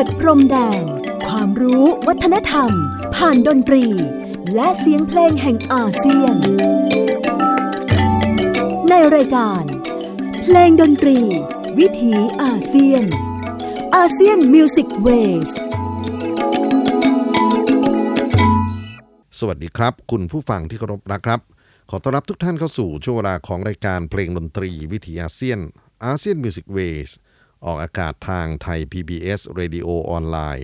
ดพรมแดนความรู้วัฒนธรรมผ่านดนตรีและเสียงเพลงแห่งอาเซียนในรายการเพลงดนตรีวิถีอาเซียนอาเซียนมิวสิกเวสสวัสดีครับคุณผู้ฟังที่เคารพนะครับขอต้อนรับทุกท่านเข้าสู่ช่วงเวลาของรายการเพลงดนตรีวิถีอาเซียนอาเซียนมิวสิกเวสออกอากาศทางไทย PBS Radio ออนไลน์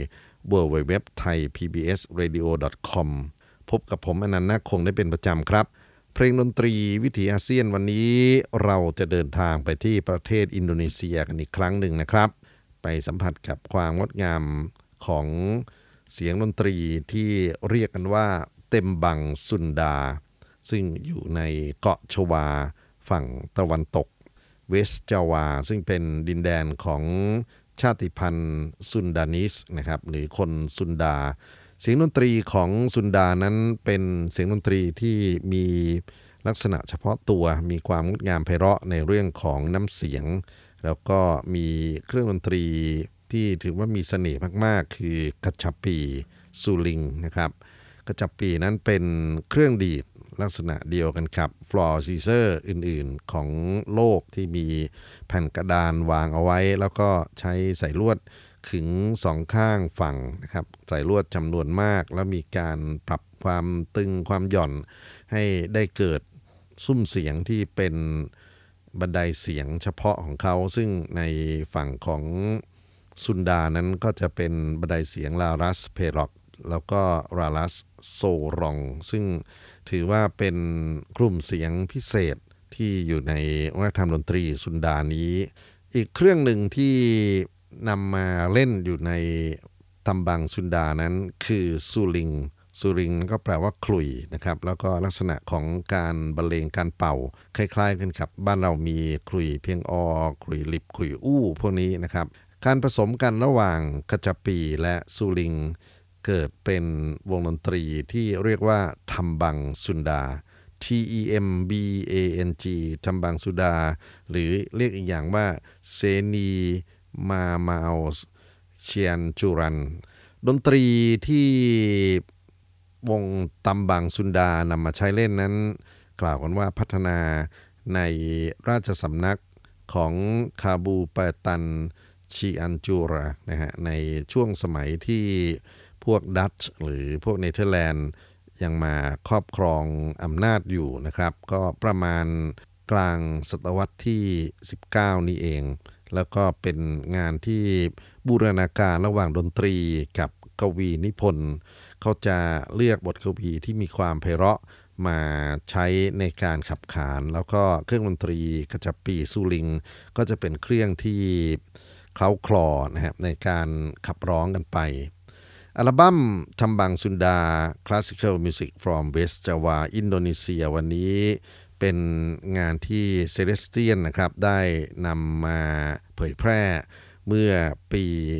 www.thaipbsradio.com พบกับผมอนันต์ นาคคงได้เป็นประจำครับเพลงดนตรีวิถีอาเซียนวันนี้เราจะเดินทางไปที่ประเทศอินโดนีเซียกันอีกครั้งหนึ่งนะครับไปสัมผัสกับความงดงามของเสียงดนตรีที่เรียกกันว่าเต็มบังซุนดาซึ่งอยู่ในเกาะชวาฝั่งตะวันตกเวสต์จาวาซึ่งเป็นดินแดนของชาติพันธุ์ซุนดานิสนะครับหรือคนซุนดาเสียงดนตรีของซุนดานั้นเป็นเสียงดนตรีที่มีลักษณะเฉพาะตัวมีความงดงามไพเราะในเรื่องของน้ำเสียงแล้วก็มีเครื่องดนตรีที่ถือว่ามีเสน่ห์มากๆคือกัจฉัปปีซูลิงนะครับกัจฉัปปีนั้นเป็นเครื่องดีดลักษณะเดียวกันกับฟลอร์ซีเซอร์อื่นๆของโลกที่มีแผ่นกระดานวางเอาไว้แล้วก็ใช้สายลวดขึงสองข้างฝั่งนะครับสายลวดจำนวนมากแล้วมีการปรับความตึงความหย่อนให้ได้เกิดซุ้มเสียงที่เป็นบันไดเสียงเฉพาะของเขาซึ่งในฝั่งของซุนดานั้นก็จะเป็นบันไดเสียงลารัสเพร็อกแล้วก็ราลัสโซรองซึ่งถือว่าเป็นกลุ่มเสียงพิเศษที่อยู่ในวัฒนธรรมดนตรีซุนดานี้อีกเครื่องหนึ่งที่นำมาเล่นอยู่ในตำบังซุนดานั้นคือซูลิงซูลิงก็แปลว่าขลุ่ยนะครับแล้วก็ลักษณะของการบรรเลงการเป่าคล้ายๆกันครับบ้านเรามีขลุ่ยเพียงอขลุ่ยลิบขลุ่ยอู้พวกนี้นะครับการผสมกันระหว่างกัจฉัปปีและซูลิงเกิดเป็นวงดนตรีที่เรียกว่าทัมบังซุนดา TEMBANG ทัมบังซุนดาหรือเรียกอีกอย่างว่าเซนีมามาอเชียนจูรันดนตรีที่วงตัมบังซุนดานำมาใช้เล่นนั้นกล่าวกันว่าพัฒนาในราชสำนักของคาบูเปตันชีอันจูรานะฮะในช่วงสมัยที่พวกดัตช์หรือพวกเนเธอร์แลนด์ยังมาครอบครองอำนาจอยู่นะครับก็ประมาณกลางศตวรรษที่19นี่เองแล้วก็เป็นงานที่บูรณาการระหว่างดนตรีกับกวีนิพนธ์เขาจะเลือกบทกวีที่มีความไพเราะมาใช้ในการขับขานแล้วก็เครื่องดนตรีกัจฉัปปีซูลิงก็จะเป็นเครื่องที่เคล้าคลอนะครับในการขับร้องกันไปอัลบั้มทัมบังซุนดา Classical Music from West Java อินโดนีเซียวันนี้เป็นงานที่เซเลสเตียนนะครับได้นำมาเผยแพร่เมื่อปี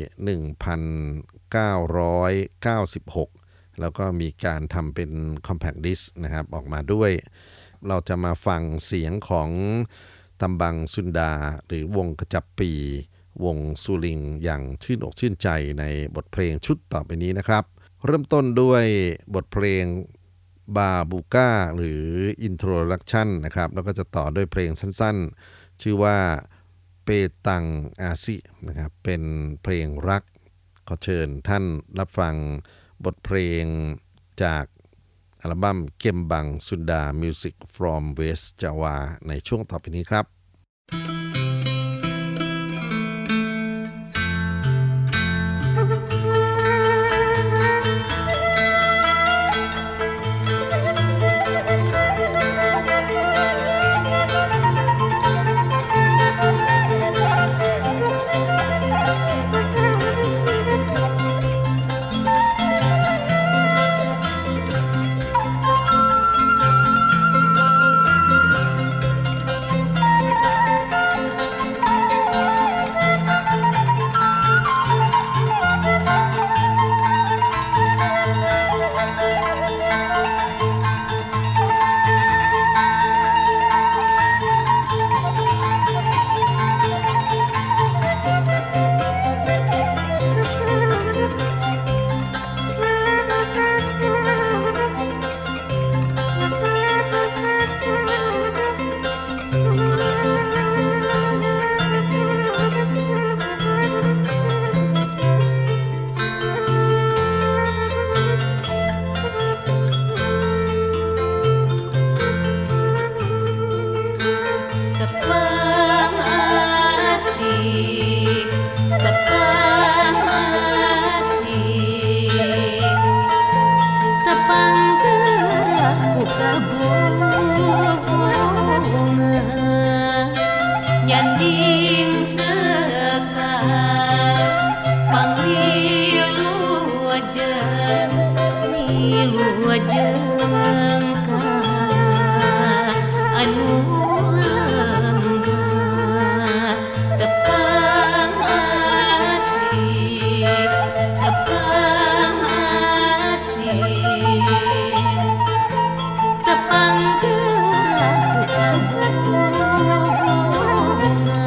1996 แล้วก็มีการทำเป็น Compact Disc นะครับออกมาด้วยเราจะมาฟังเสียงของทัมบังซุนดาหรือวงกัจฉัปปีวงซูลิงอย่างชื่นอกชื่นใจในบทเพลงชุดต่อไปนี้นะครับเริ่มต้นด้วยบทเพลงบาบูก้าหรือ Introduction นะครับแล้วก็จะต่อด้วยเพลงสั้นๆชื่อว่าเปตังอาซินะครับเป็นเพลงรักขอเชิญท่านรับฟังบทเพลงจากอัลบั้มเกมบังซุนดา Music from West Java ในช่วงต่อไปนี้ครับ tepang asik tepang gerahku kabunga nyanding sekar pangmilu wajeng ka anu langga tepang asik tepang asik tepang gerahku kabunga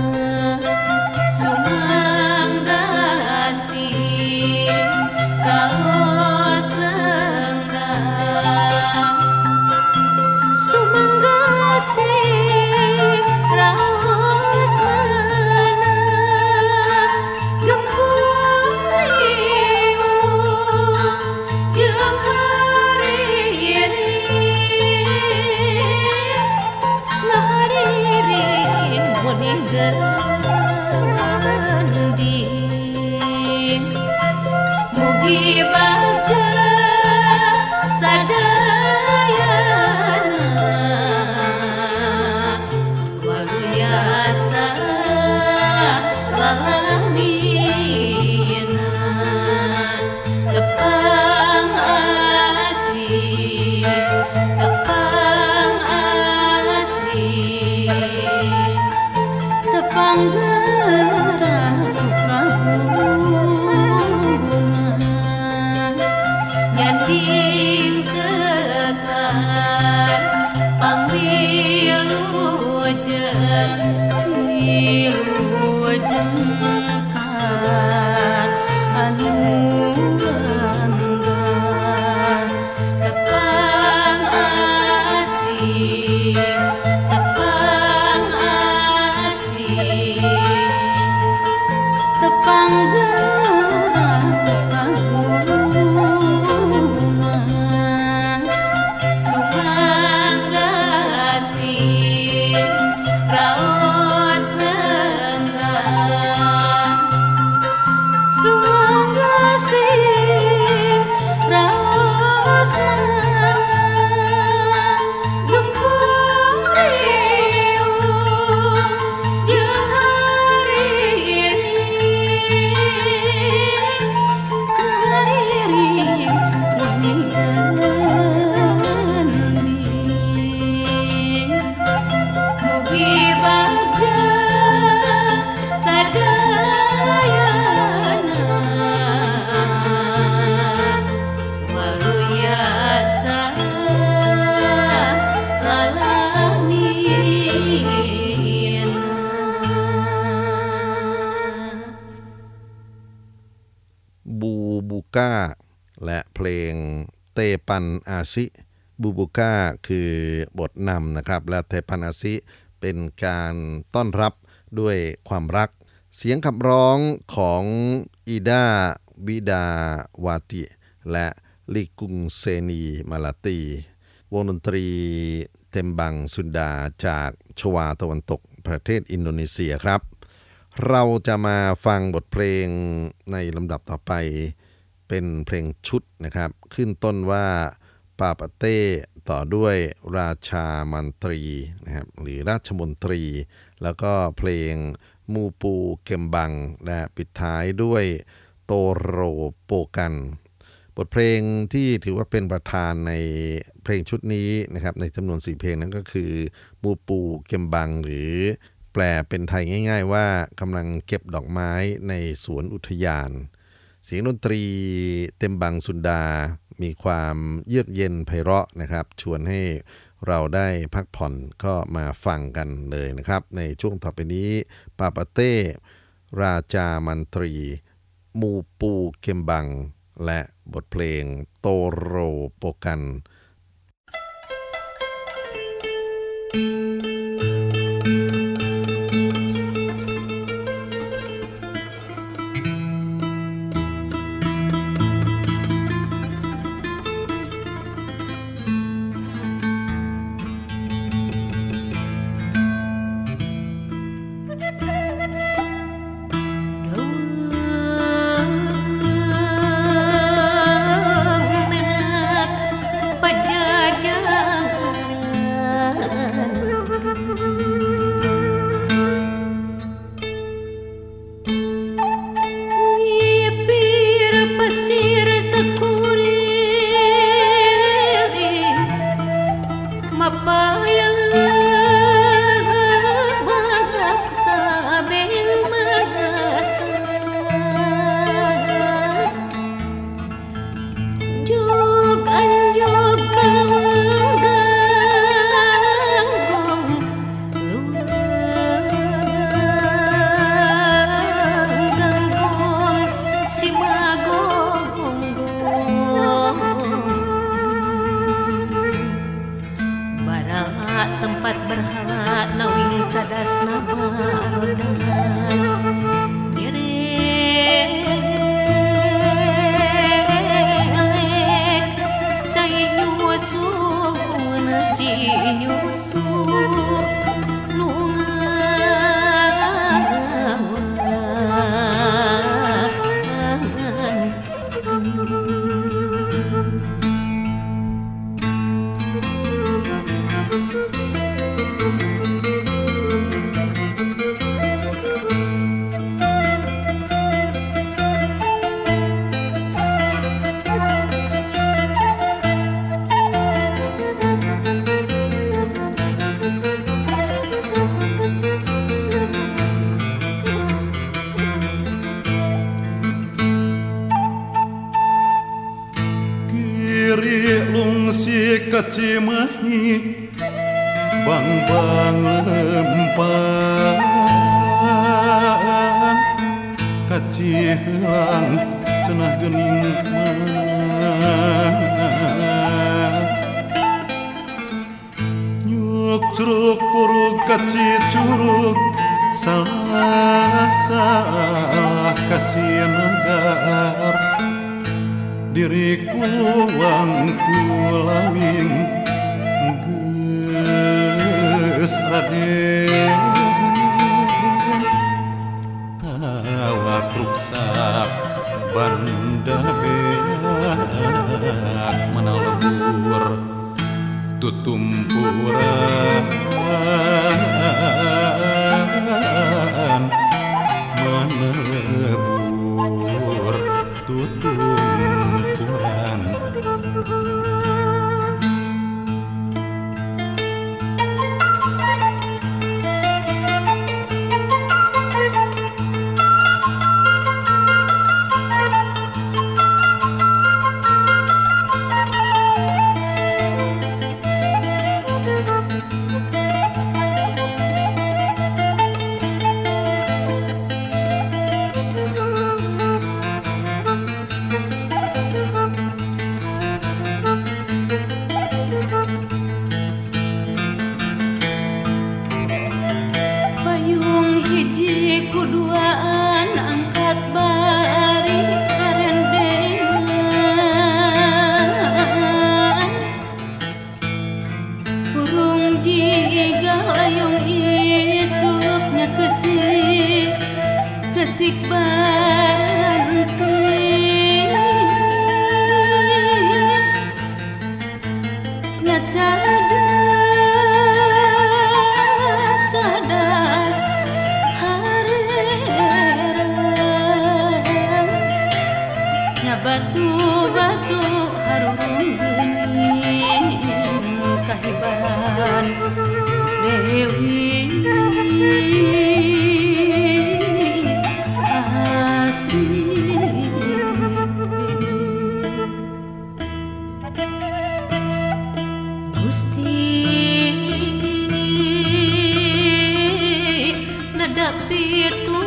sumanggasi raos lenggang sumanggasi raos mana gempur riuh jeung hariring ngahariring muni gending mugi baja sadayana waluyasa lalangina tepang asik tepang asik tepang gerahku kabunga nyanding sekar pangwilu wajeng ka anu langga tepang asik tepang asik tepang gerahku kabunga sumanggasi raos lenggang sumanggasi raos lenggang gempung riuh jeung hariring hariring muni gending mugi baja sadayana waluyasa lalangina บูบูก้าและเพลงเตปันอาซิบูบูก้าคือบทนำนะครับและเตปันอาซิเป็นการต้อนรับด้วยความรักเสียงขับร้องของอีดาบิดาวาติและลิกุงเซนีมาลาตีวงดนตรีเทมบังซุนดาจากชวาตะวันตกประเทศอินโดนีเซียครับเราจะมาฟังบทเพลงในลำดับต่อไปเป็นเพลงชุดนะครับขึ้นต้นว่าปาปาเต้ต่อด้วยราชามันตรีนะครับหรือราชมนตรีแล้วก็เพลงมูปูเกมบังและปิดท้ายด้วยโตโรโปกันบทเพลงที่ถือว่าเป็นประธานในเพลงชุดนี้นะครับในจำนวน4เพลงนั้นก็คือมูปูเกมบังหรือแปลเป็นไทยง่ายๆว่ากำลังเก็บดอกไม้ในสวนอุทยานเสียงดนตรีเต็มบังสุนดามีความเยือกเย็นไพเราะนะครับชวนให้เราได้พักผ่อนก็มาฟังกันเลยนะครับในช่วงต่อไปนี้ปาปาเต้ราชามันตรีมูปูเกมบังและบทเพลงโตโรโปกัน diri lungsi kacimahi bang-bang lempang kaci helang cenah geuning nyuk curug purug kaci curug salah kasih negar diriku wangku lawing geus raden awak ruksak banda beak menalebur tutumpuran menelebur tutumpuran kuduaan angkat bari karendengan burung jiga layung isuknya kesik baranti cadas batu-batu harurung geuning kahibaran Dewi Astri Gusti nedapi itu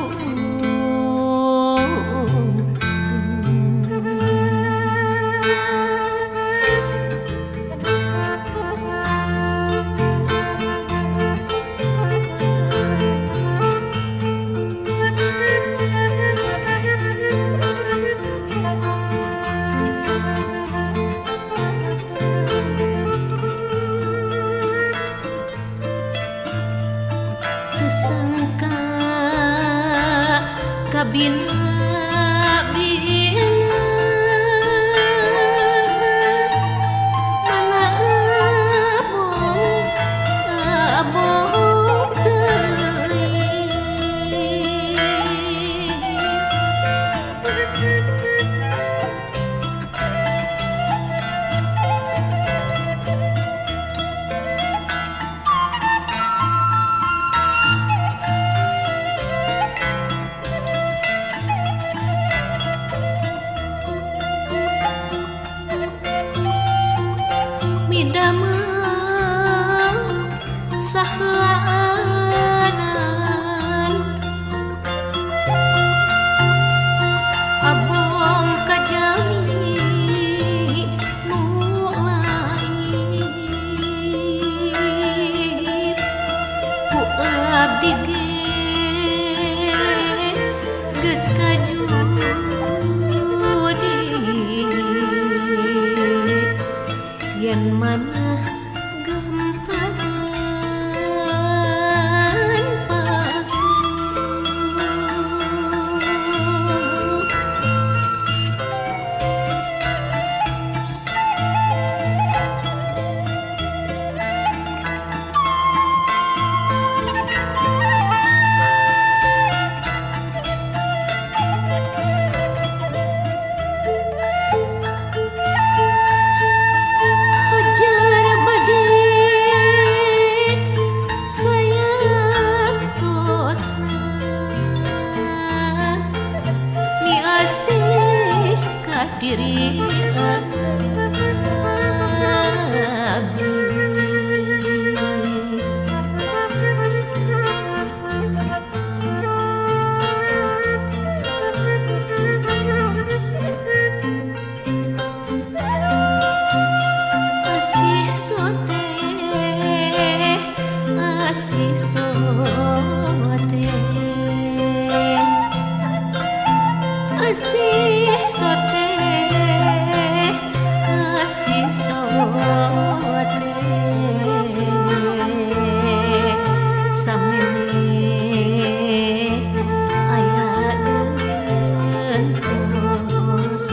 tersangka kabina mana abong midamel sahlaanan abong kajami mulai ku abdi geus kajudi yen manah gamparan pasung diri sote asih sote sameme aya dentos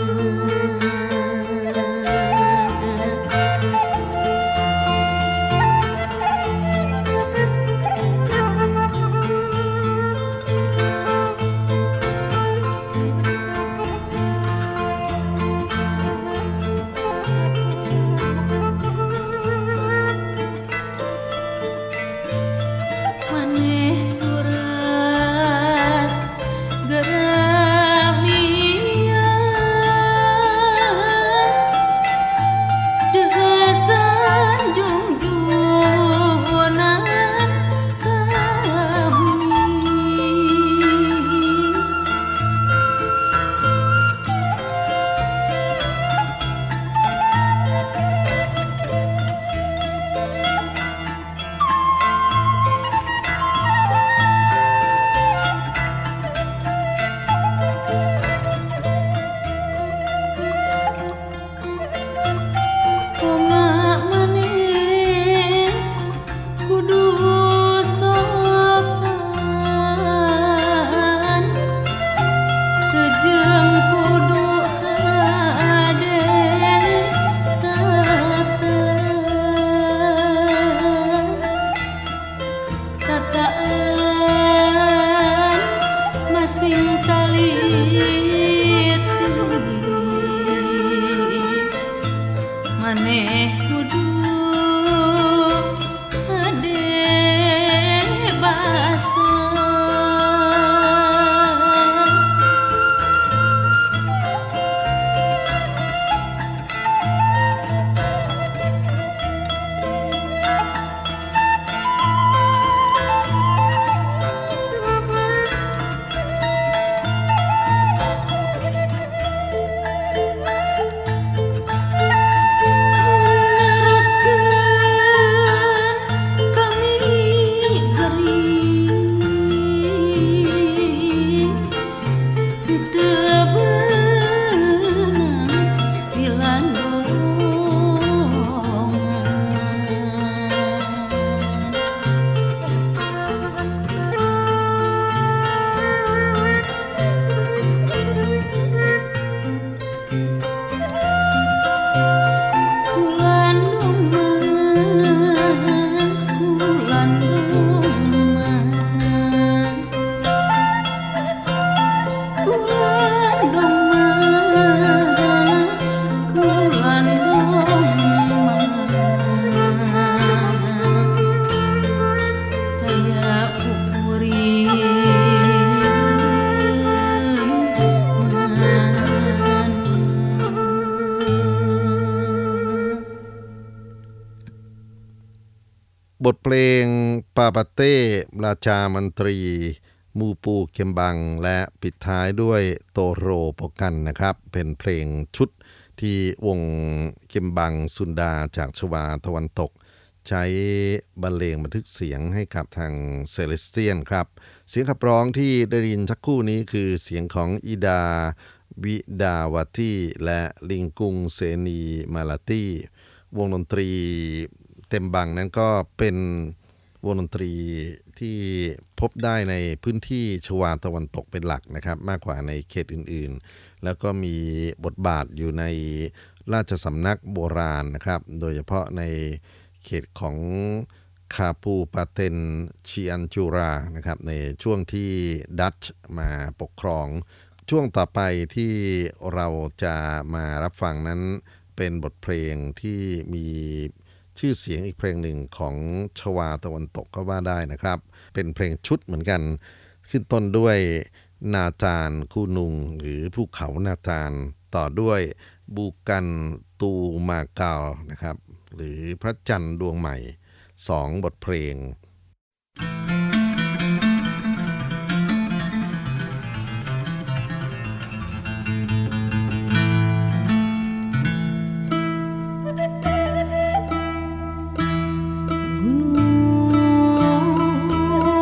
บทเพลงปาปาเต้ราชามันตรีมูปูเข็มบังและปิดท้ายด้วยโตโรโปกันนะครับเป็นเพลงชุดที่วงเข็มบังสุนดาจากชวาตะวันตกใช้บรรเลงบันทึกเสียงให้กับทางเซเลสเตียนครับเสียงขับร้องที่ได้ยินสักครู่นี้คือเสียงของอิดาวิดาวาตีและลิงกุงเซนีมาลาตีวงดนตรีเต็มบังนั้นก็เป็นวงดนตรีที่พบได้ในพื้นที่ชวาตะวันตกเป็นหลักนะครับมากกว่าในเขตอื่นๆแล้วก็มีบทบาทอยู่ในราชสำนักโบราณนะครับโดยเฉพาะในเขตของคาปูปาเตนชิอันจูรานะครับในช่วงที่ดัตช์มาปกครองช่วงต่อไปที่เราจะมารับฟังนั้นเป็นบทเพลงที่มีชื่อเสียงอีกเพลงหนึ่งของชวาตะวันตกก็ว่าได้นะครับเป็นเพลงชุดเหมือนกันขึ้นต้นด้วยนาจานคูนุงหรือภูเขานาจานต่อด้วยบูกันตูมาเกานะครับหรือพระจันทร์ดวงใหม่2บทเพลง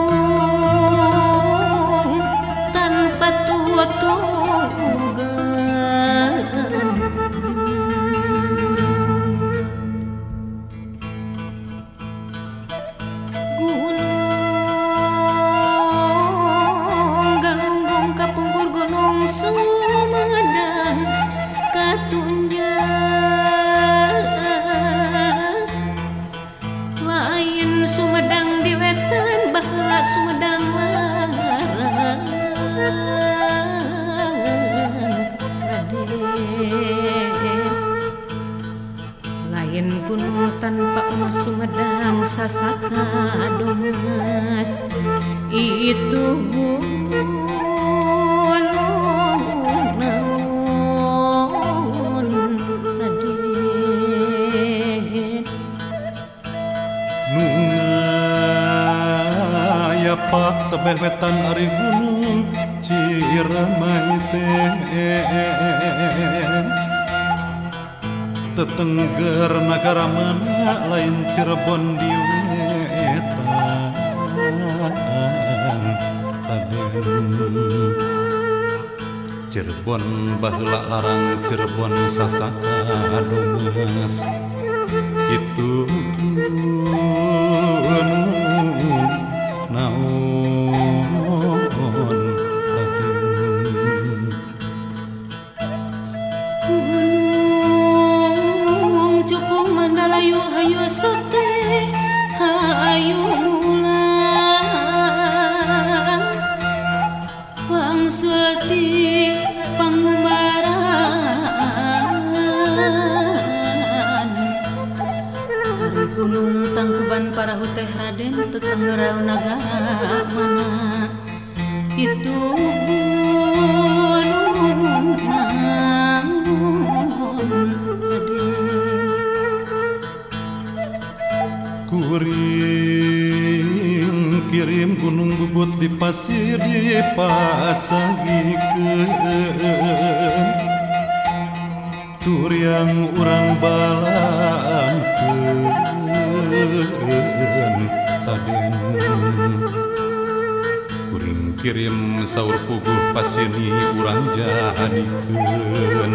tanpa tua-tua Sumedang katunjang lain Sumedang di wetan baheula Sumedang larangan Raden lain gunung tanpa emas Sumedang sasaka dongas itu gunung pak tebeh wetan ari gunung Ciremai teh tetengger nagara mana lain Cirebon di wetan Raden Cirebon baheula larang Cirebon sasaka dongas itu naon Raden gunung cupung mandalayu hayu sate hayu mulang wangsul ti pangumaran hari gunung tangkuban parahu teh Raden tetenggerau nagara mana itu gunung naon Raden kuring kirim gunung bubut di pasir dipasangikeun turiang urang balamkeun Raden kuring kirim saur puguh pasini urang jadikeun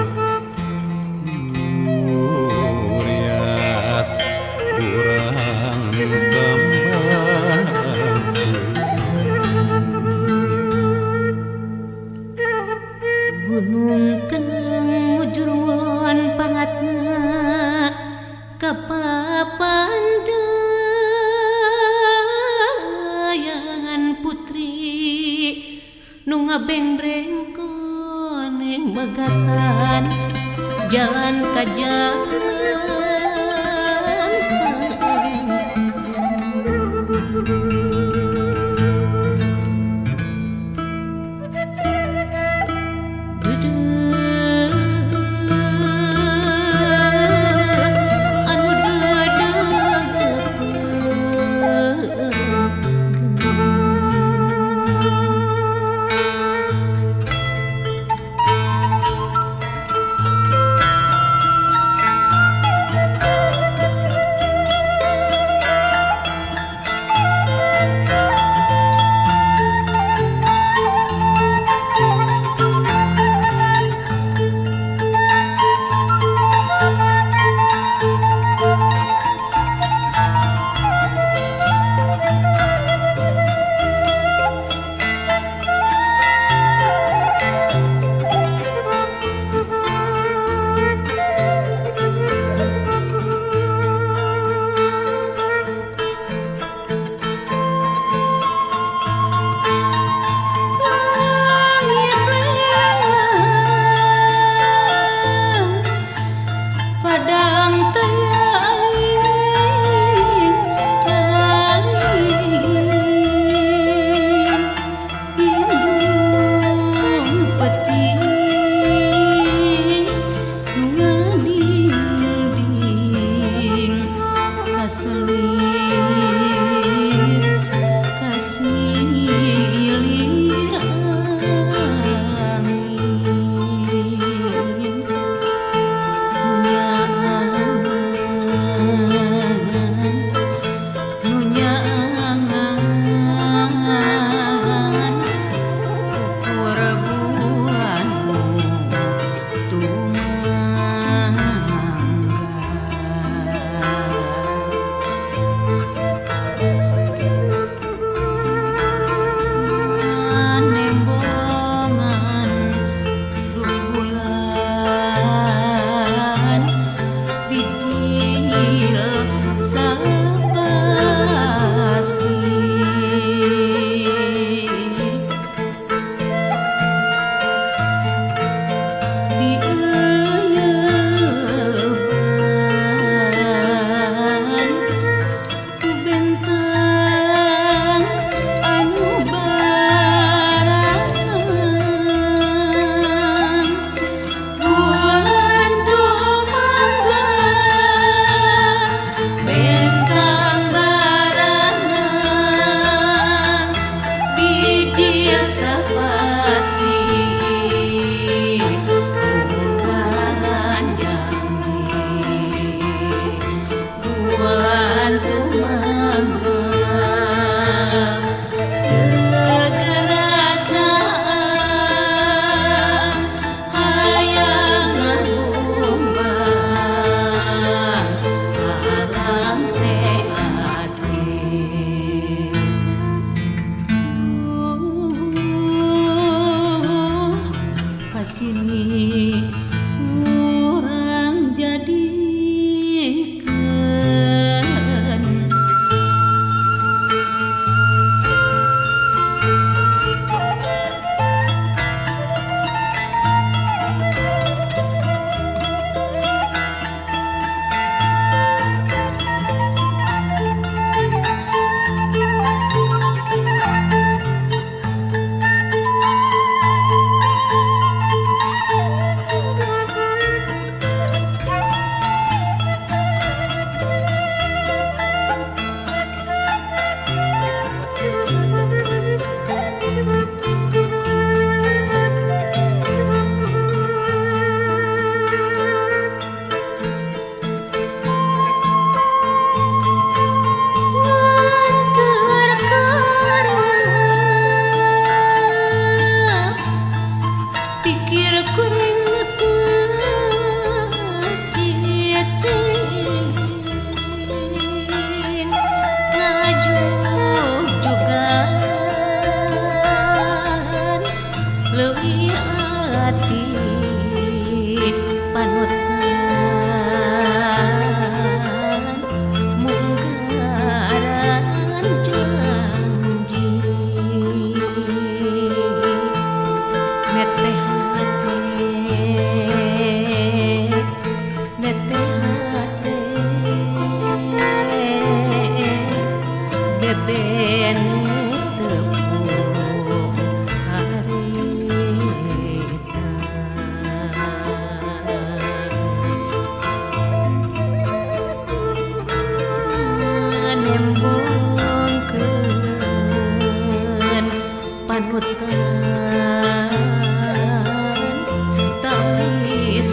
muriat urang kembang gunung kenang mujur ngulon pangatna kapapandayangan putri nu ngabengbreng koneng megatan jalan ka jalan pikir kuring cicing ngajuk juga leuwih ati panutan munggaran janji neteh beben tepung harita nembongkeun panutan tawis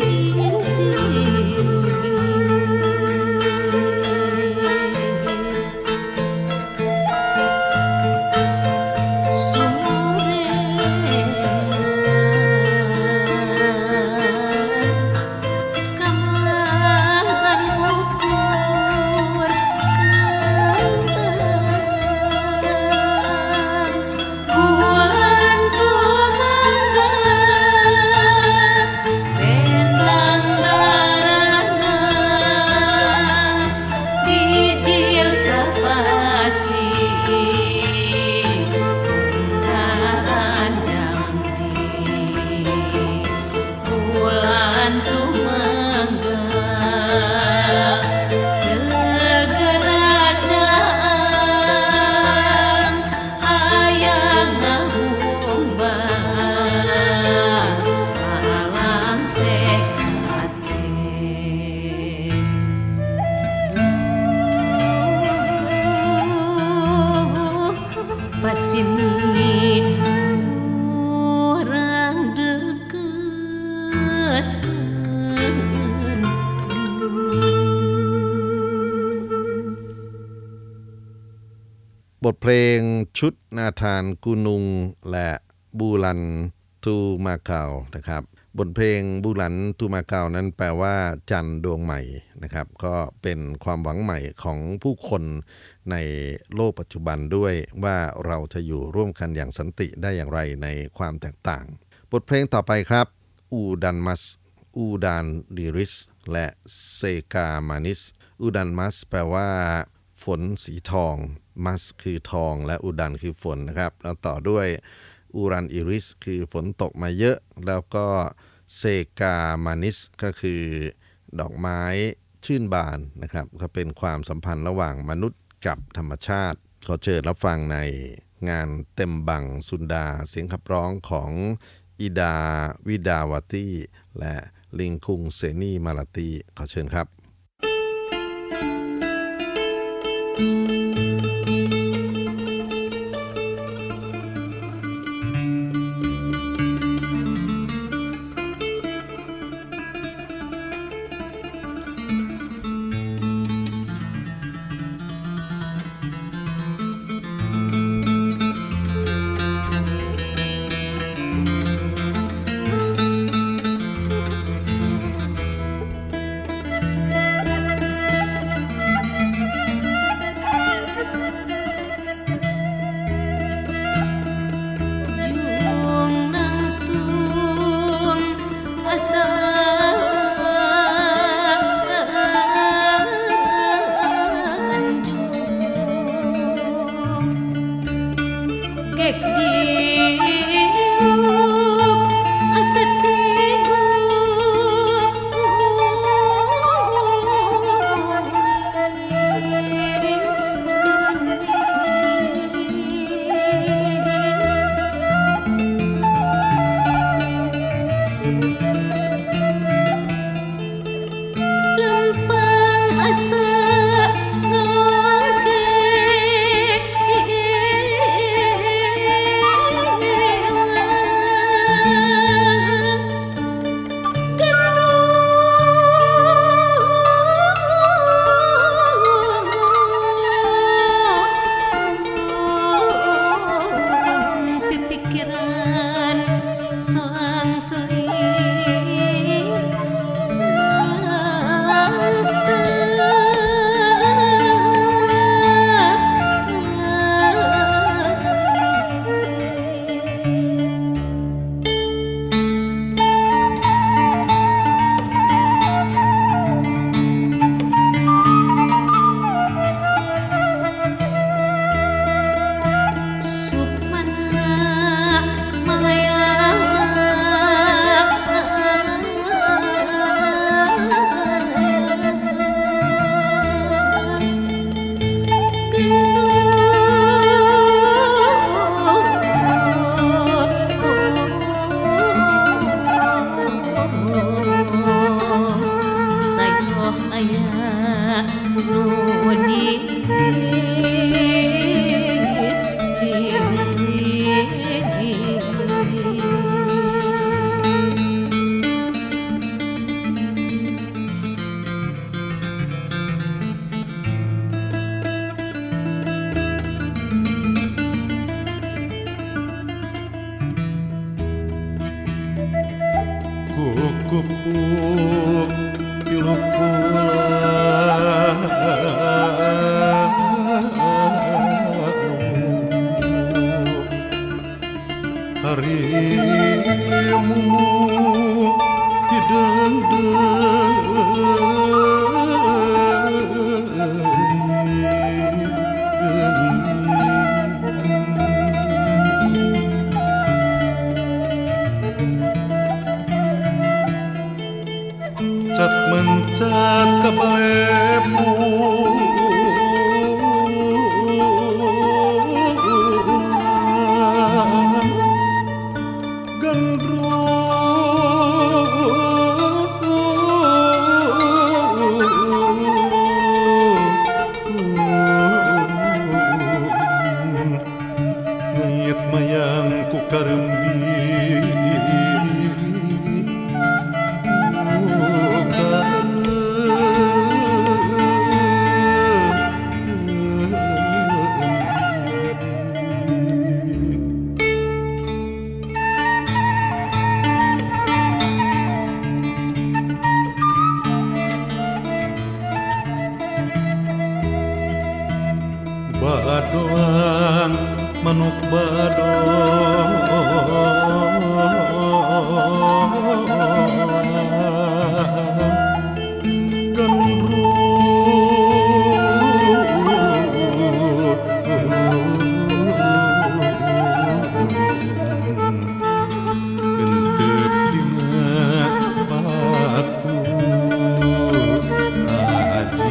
บทเพลงชุดนาธานกูนุงและบูรันทูมาเกานะครับบทเพลงบูรันทูมาเกานั้นแปลว่าจันทร์ดวงใหม่นะครับก็เป็นความหวังใหม่ของผู้คนในโลกปัจจุบันด้วยว่าเราจะอยู่ร่วมกันอย่างสันติได้อย่างไรในความแตกต่างบทเพลงต่อไปครับอูดันมัสอูดานลิริสและเซกามานิสอูดันมัสแปลว่าฝนสีทองมัสคือทองและอุดันคือฝนนะครับแล้วต่อด้วยอูรันอิริสคือฝนตกมาเยอะแล้วก็เซกามานิสก็คือดอกไม้ชื่นบานนะครับก็เป็นความสัมพันธ์ระหว่างมนุษย์กับธรรมชาติขอเชิญรับฟังในงานเต็มบังสุนดาเสียงขับร้องของอิดาวิดาวตีและลิงคุงเซนีมาลาตีขอเชิญครับ Kukupuk tilu harimu hidang cat mencat kabalepu ngayat mayang ku karembi badoan manuk badoan gendrut gentep dina batu aji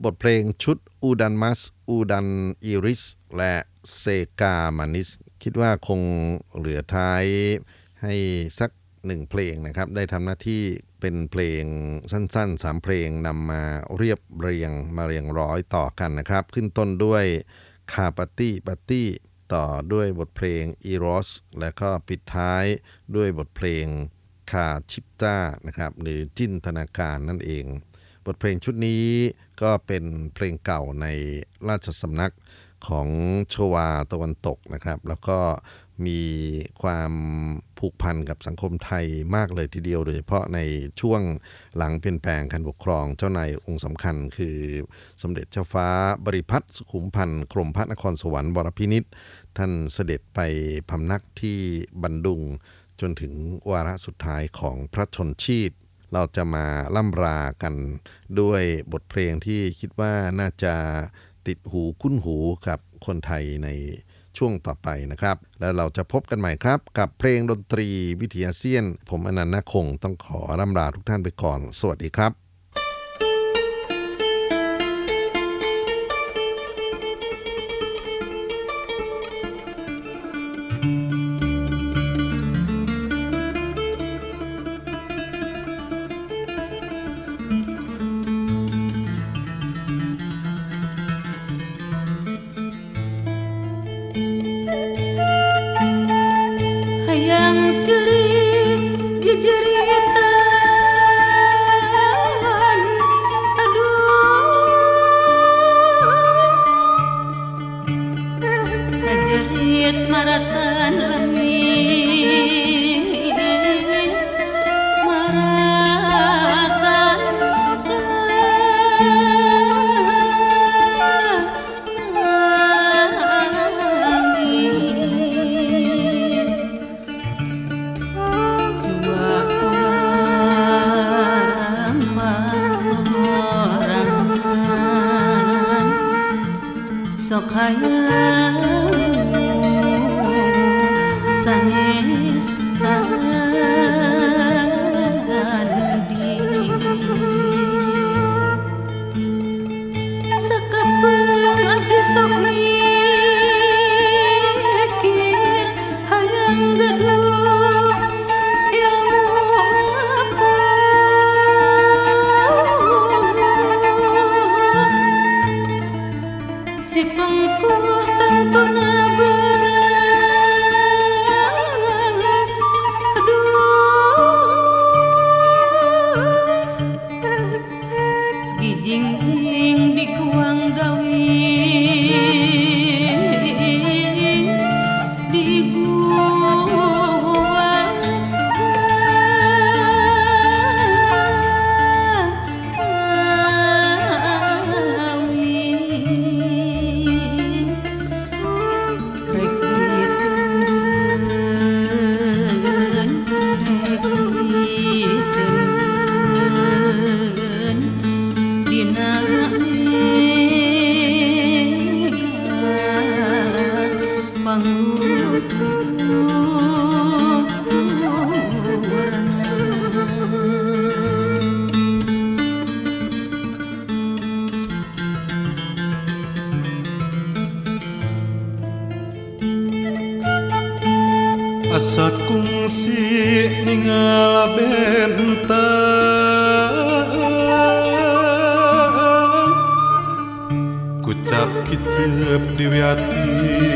บทเพลงชุดอูดันมัสอูดันอิริสและเซกามานิสคิดว่าคงเหลือท้ายให้สัก1เพลงนะครับได้ทำหน้าที่เป็นเพลงสั้นๆ3เพลงนำมาเรียบเรียงร้อยต่อกันนะครับขึ้นต้นด้วยคาปาตี้ต่อด้วยบทเพลงอีโรสและก็ปิดท้ายด้วยบทเพลงคาชิปต้านะครับหรือจินตนาการนั่นเองบทเพลงชุดนี้ก็เป็นเพลงเก่าในราชสำนักของชวาตะวันตกนะครับแล้วก็มีความผูกพันกับสังคมไทยมากเลยทีเดียวโดยเฉพาะในช่วงหลังเปลี่ยนแปลงการปกครองเจ้านายองค์สำคัญคือสมเด็จเจ้าฟ้าบริพัตรสุขุมพันธ์กรมพระนครสวรรค์วรพินิจท่านเสด็จไปพำนักที่บันดุงจนถึงวาระสุดท้ายของพระชนชีพเราจะมาล่ำรากันด้วยบทเพลงที่คิดว่าน่าจะติดหูคุ้นหูกับคนไทยในช่วงต่อไปนะครับแล้วเราจะพบกันใหม่ครับกับเพลงดนตรีวิถีอาเซียนผมอนันต์ ณ คงต้องขอร่ำลาทุกท่านไปก่อนสวัสดีครับ Asa kungsi ningal bentang Kucap kicep diwiati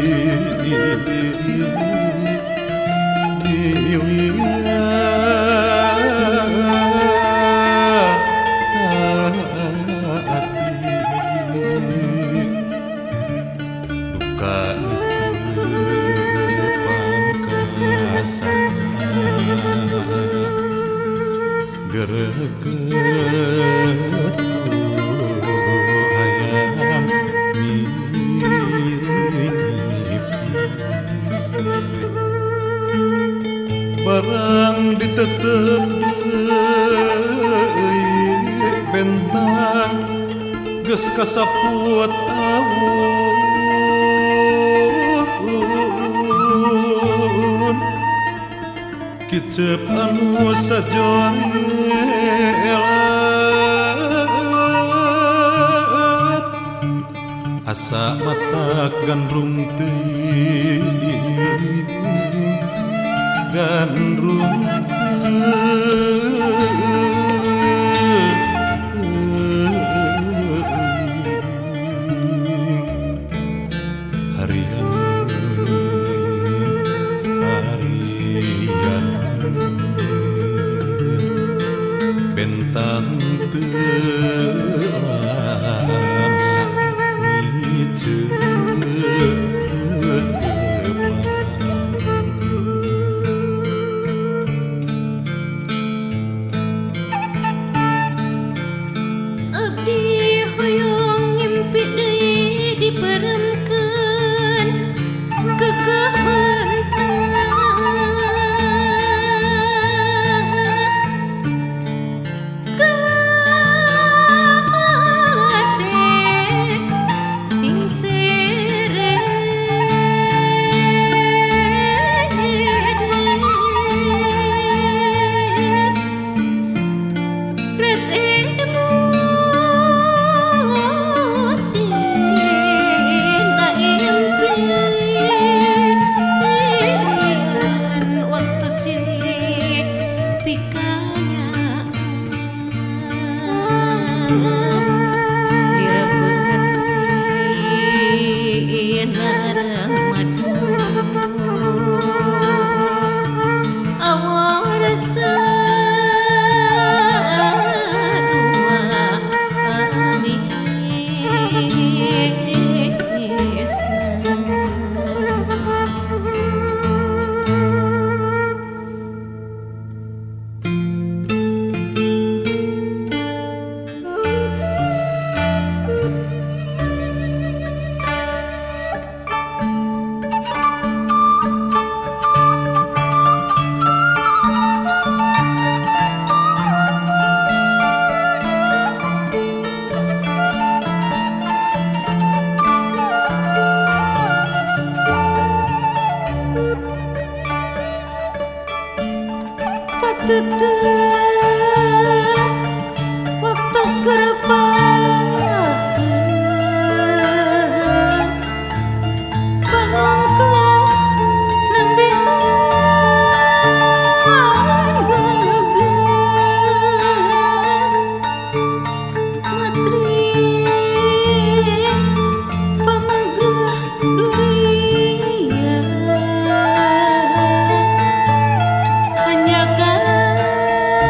barang ditetep bentang geus kasaput awun kicep anu sajoela asa mata gandrung teuing gandrung Hanya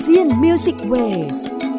ASEAN Music Ways